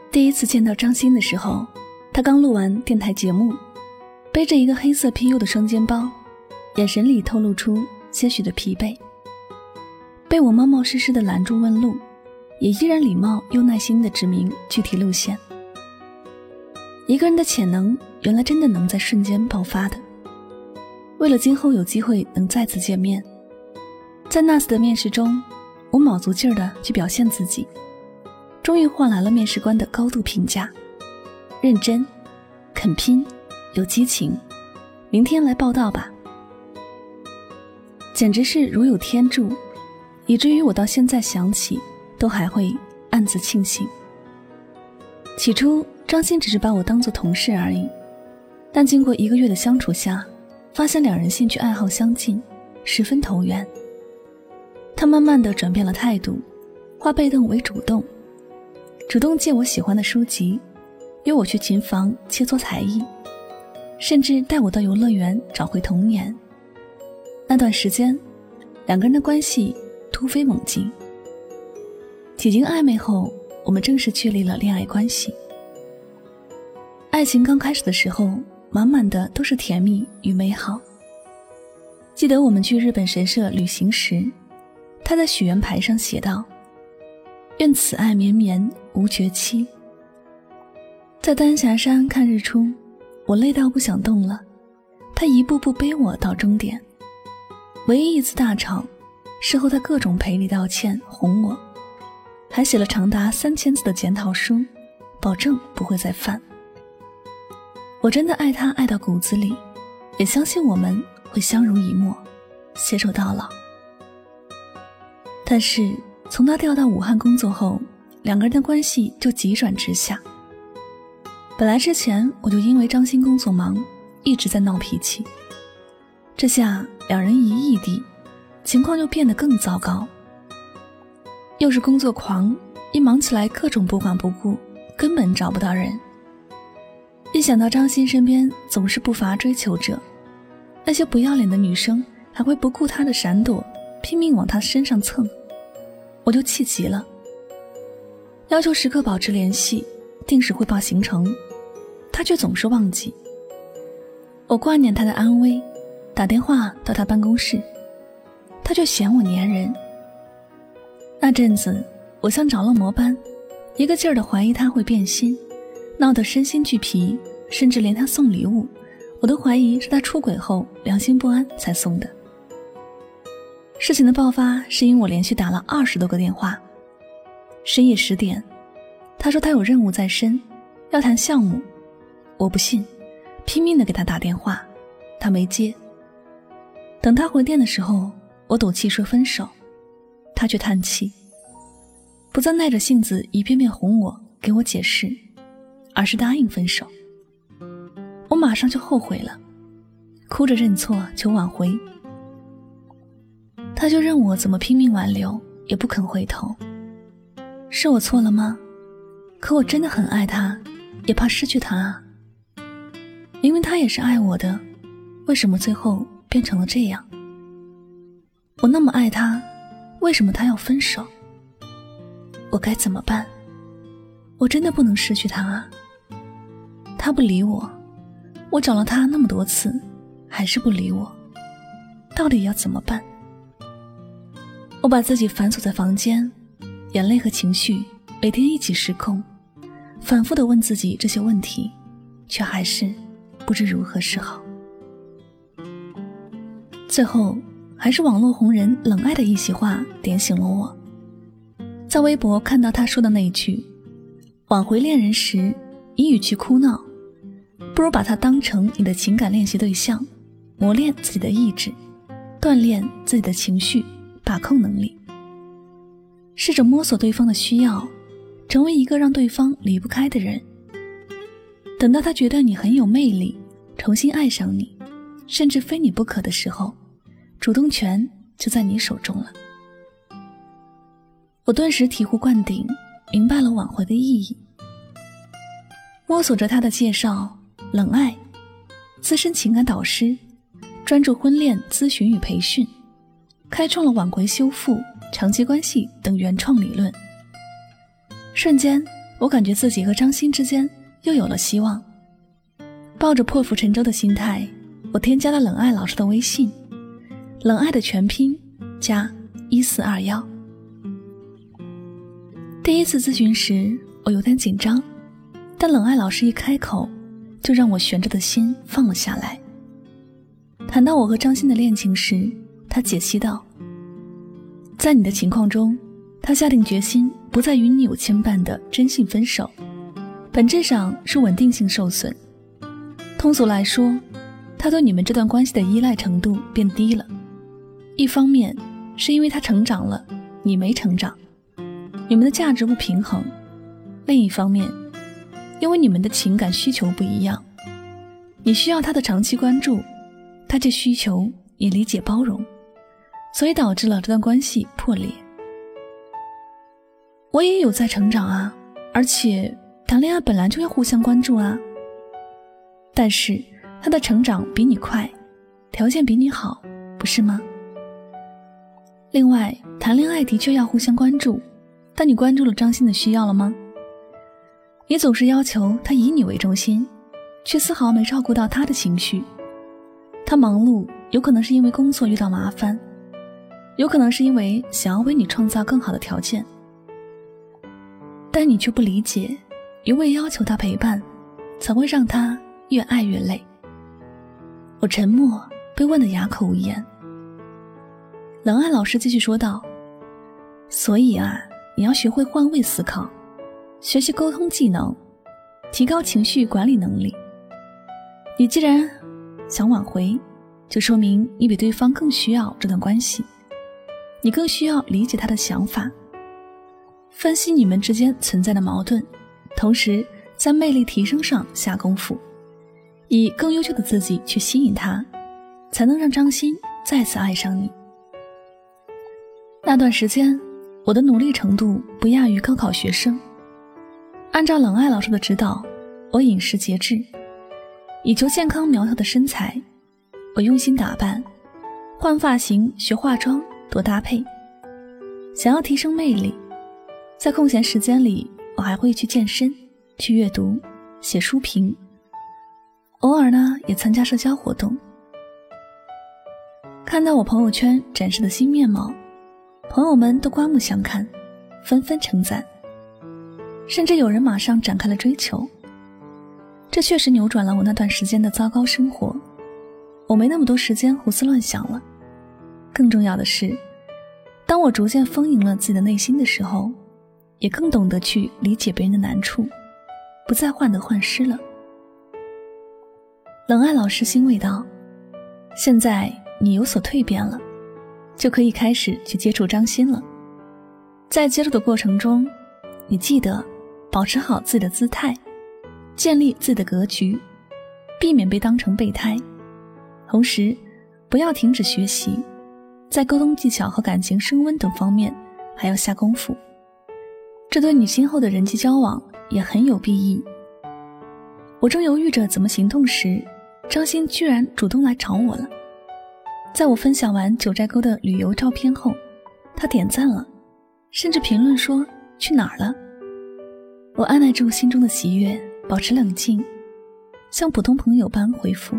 第一次见到张欣的时候，他刚录完电台节目，背着一个黑色 PU 的双肩包，眼神里透露出些许的疲惫。被我冒冒失失地拦住问路，也依然礼貌又耐心地指明具体路线。一个人的潜能原来真的能在瞬间爆发的。为了今后有机会能再次见面，在那次的面试中，我卯足劲儿地去表现自己，终于换来了面试官的高度评价：认真、肯拼、有激情，明天来报道吧。简直是如有天助，以至于我到现在想起都还会暗自庆幸。起初张欣只是把我当作同事而已，但经过1个月的相处下，发现两人兴趣爱好相近，十分投缘。他慢慢地转变了态度，化被动为主动，主动借我喜欢的书籍，约我去琴房切磋才艺，甚至带我到游乐园找回童年。那段时间，两个人的关系突飞猛进。几经暧昧后，我们正式确立了恋爱关系。爱情刚开始的时候，满满的都是甜蜜与美好。记得我们去日本神社旅行时，他在许愿牌上写道：愿此爱绵绵无绝期。在丹霞山看日出，我累到不想动了，他一步步背我到终点。唯一一次大吵，事后他各种赔礼道歉哄我，还写了长达3000字的检讨书，保证不会再犯。我真的爱他爱到骨子里，也相信我们会相濡以沫，携手到老。但是从他调到武汉工作后，两个人的关系就急转直下。本来之前我就因为张欣工作忙，一直在闹脾气，这下两人一异地，情况就变得更糟糕。又是工作狂，一忙起来各种不管不顾，根本找不到人。一想到张欣身边总是不乏追求者，那些不要脸的女生还会不顾他的闪躲，拼命往他身上蹭，我就气急了，要求时刻保持联系，定时汇报行程，他却总是忘记。我挂念他的安危，打电话到他办公室，他却嫌我粘人。那阵子我像着了魔般，一个劲儿地怀疑他会变心，闹得身心俱疲，甚至连他送礼物我都怀疑是他出轨后良心不安才送的。事情的爆发是因为我连续打了20多个电话。深夜10点，他说他有任务在身，要谈项目。我不信，拼命地给他打电话，他没接。等他回电的时候，我赌气说分手，他却叹气，不再耐着性子一遍遍哄我给我解释，而是答应分手。我马上就后悔了，哭着认错求挽回。他就任我怎么拼命挽留，也不肯回头。是我错了吗？可我真的很爱他，也怕失去他啊。明明他也是爱我的，为什么最后变成了这样？我那么爱他，为什么他要分手？我该怎么办？我真的不能失去他啊。他不理我，我找了他那么多次，还是不理我，到底要怎么办？我把自己反锁在房间，眼泪和情绪每天一起失控，反复地问自己这些问题，却还是不知如何是好。最后还是网络红人冷爱的一席话点醒了我。在微博看到他说的那一句，挽回恋人时以语气哭闹，不如把他当成你的情感练习对象，磨练自己的意志，锻炼自己的情绪把控能力，试着摸索对方的需要，成为一个让对方离不开的人。等到他觉得你很有魅力，重新爱上你，甚至非你不可的时候，主动权就在你手中了。我顿时醍醐灌顶，明白了挽回的意义。摸索着他的介绍，冷爱，资深情感导师，专注婚恋咨询与培训，开创了挽回修复、长期关系等原创理论。瞬间我感觉自己和张欣之间又有了希望。抱着破釜沉舟的心态，我添加了冷爱老师的微信，冷爱的全拼加1421。第一次咨询时，我有点紧张，但冷爱老师一开口，就让我悬着的心放了下来。谈到我和张欣的恋情时，他解析道，在你的情况中，他下定决心不再与你有牵绊的真性分手，本质上是稳定性受损。通俗来说，他对你们这段关系的依赖程度变低了。一方面是因为他成长了，你没成长，你们的价值不平衡；另一方面，因为你们的情感需求不一样，你需要他的长期关注，他这需求也理解包容，所以导致了这段关系破裂。我也有在成长啊，而且谈恋爱本来就要互相关注啊。但是他的成长比你快，条件比你好，不是吗？另外，谈恋爱的确要互相关注，但你关注了张欣的需要了吗？你总是要求他以你为中心，却丝毫没照顾到他的情绪。他忙碌，有可能是因为工作遇到麻烦，有可能是因为想要为你创造更好的条件，但你却不理解，一味要求他陪伴，才会让他越爱越累。我沉默，被问得哑口无言。冷爱老师继续说道，所以啊，你要学会换位思考，学习沟通技能，提高情绪管理能力。你既然想挽回，就说明你比对方更需要这段关系，你更需要理解他的想法，分析你们之间存在的矛盾，同时在魅力提升上下功夫，以更优秀的自己去吸引他，才能让张欣再次爱上你。那段时间，我的努力程度不亚于高考学生。按照冷爱老师的指导，我饮食节制，以求健康苗条的身材。我用心打扮，换发型，学化妆，多搭配。想要提升魅力，在空闲时间里，我还会去健身，去阅读，写书评，偶尔呢也参加社交活动。看到我朋友圈展示的新面貌，朋友们都刮目相看，纷纷称赞，甚至有人马上展开了追求。这确实扭转了我那段时间的糟糕生活，我没那么多时间胡思乱想了。更重要的是，当我逐渐丰盈了自己的内心的时候，也更懂得去理解别人的难处，不再患得患失了。冷爱老师欣慰道，现在你有所蜕变了，就可以开始去接触张欣了。在接触的过程中，你记得保持好自己的姿态，建立自己的格局，避免被当成备胎。同时不要停止学习，在沟通技巧和感情升温等方面还要下功夫，这对你今后的人际交往也很有裨益。我正犹豫着怎么行动时，张欣居然主动来找我了。在我分享完九寨沟的旅游照片后，他点赞了，甚至评论说去哪儿了。我按耐住心中的喜悦，保持冷静，像普通朋友般回复。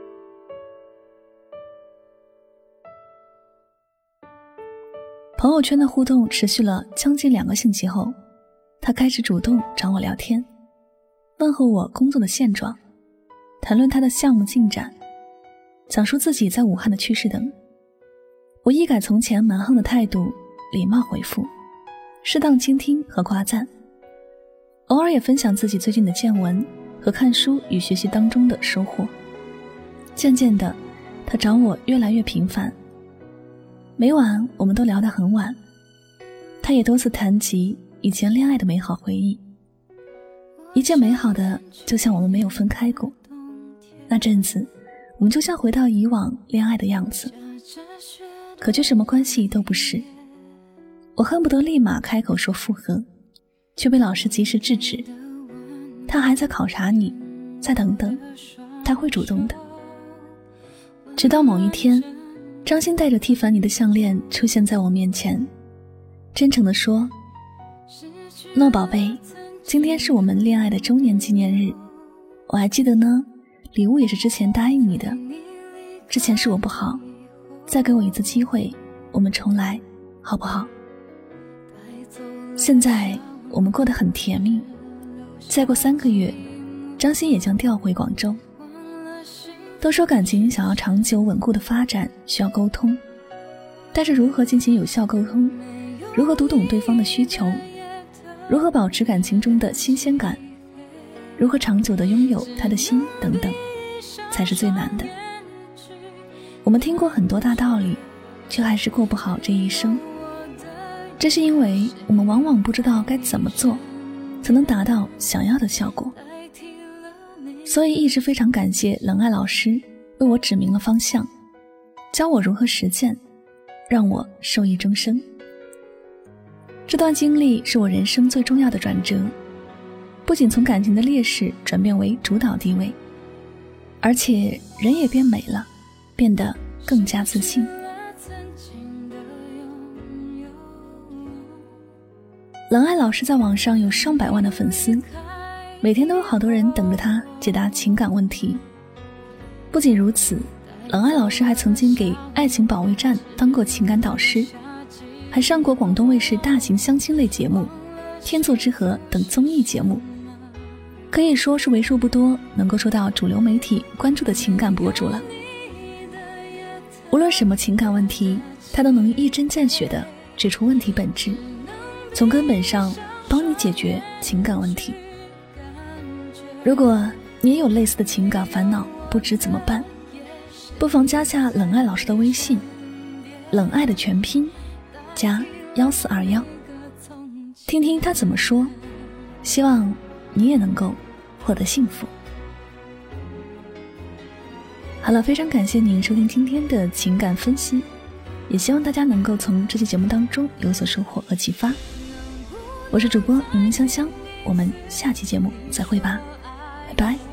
朋友圈的互动持续了将近2个星期后，他开始主动找我聊天，问候我工作的现状，谈论他的项目进展，讲述自己在武汉的趣事等。我一改从前蛮横的态度，礼貌回复，适当倾听和夸赞，偶尔也分享自己最近的见闻和看书与学习当中的收获。渐渐的，他找我越来越频繁，每晚我们都聊得很晚，他也多次谈及以前恋爱的美好回忆，一切美好的就像我们没有分开过。那阵子我们就像回到以往恋爱的样子，可却什么关系都不是。我恨不得立马开口说复合，却被老师及时制止。他还在考察你，再等等，他会主动的。直到某一天，张欣带着蒂凡尼的项链出现在我面前，真诚地说，诺宝贝， 今天是我们恋爱的周年纪念日，我还记得呢，礼物也是之前答应你的。之前是我不好，再给我一次机会，我们重来，好不好？现在我们过得很甜蜜，再过3个月，张欣也将调回广州。都说感情想要长久稳固的发展需要沟通，但是如何进行有效沟通，如何读懂对方的需求，如何保持感情中的新鲜感，如何长久地拥有他的心等等，才是最难的。我们听过很多大道理，却还是过不好这一生。这是因为我们往往不知道该怎么做才能达到想要的效果。所以一直非常感谢冷爱老师为我指明了方向，教我如何实践，让我受益终生。这段经历是我人生最重要的转折，不仅从感情的劣势转变为主导地位，而且人也变美了，变得更加自信。冷爱老师在网上有上百万的粉丝，每天都有好多人等着他解答情感问题。不仅如此，冷爱老师还曾经给爱情保卫战当过情感导师，还上过广东卫视大型相亲类节目《天作之合》等综艺节目，可以说是为数不多能够受到主流媒体关注的情感博主了。无论什么情感问题，他都能一针见血地指出问题本质，从根本上帮你解决情感问题。如果你也有类似的情感烦恼，不知怎么办，不妨加下冷爱老师的微信，冷爱的全拼加1421，听听他怎么说，希望你也能够获得幸福。好了，非常感谢您收听今天的情感分析，也希望大家能够从这期节目当中有所收获和启发。我是主播柠檬香香，我们下期节目再会吧，拜拜。